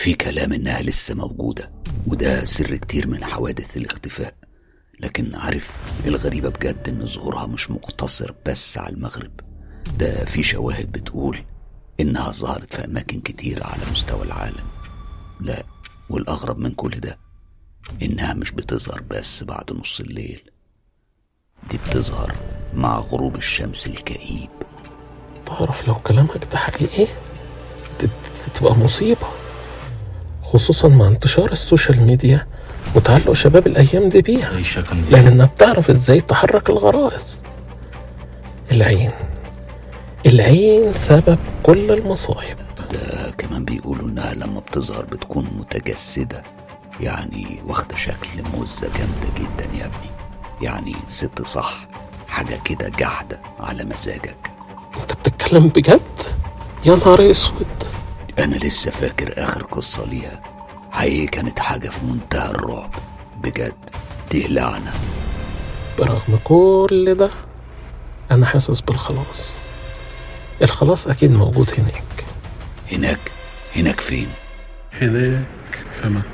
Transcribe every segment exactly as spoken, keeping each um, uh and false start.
في كلام إنها لسه موجودة، وده سر كتير من حوادث الاختفاء. لكن عارف الغريبة بجد إن ظهورها مش مقتصر بس على المغرب، ده في شواهد بتقول إنها ظهرت في أماكن كتيرة على مستوى العالم. لا، والأغرب من كل ده إنها مش بتظهر بس بعد نص الليل، دي بتظهر مع غروب الشمس الكئيب. تعرف لو كلامك ده حقيقي تبقى مصيبة، خصوصا مع انتشار السوشيال ميديا وتعلق شباب الأيام دي بيها، لأنها بتعرف إزاي تحرك الغرائز. العين العين سبب كل المصايب. ده كمان بيقولوا إنها لما بتظهر بتكون متجسدة، يعني واخدة شكل موزة جامدة جدا يا ابني، يعني ست صح، حاجة كده جحدة على مزاجك. انت بتتكلم بجد؟ يا نهار اسود. انا لسه فاكر اخر قصة ليها، هي كانت حاجة في منتهى الرعب بجد، دي لعنة. برغم كل ده انا حاسس بالخلاص. الخلاص اكيد موجود هناك. هناك؟ هناك فين؟ هناك في مكة.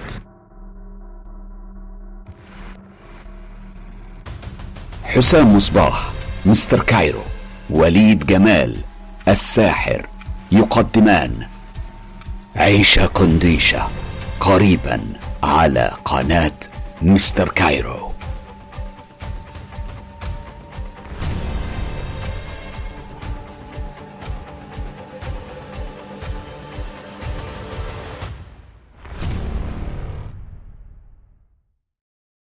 حسام مصباح، مستر كايرو، وليد جمال الساحر يقدمان عيشة كونديشة، قريبا على قناة مستر كايرو.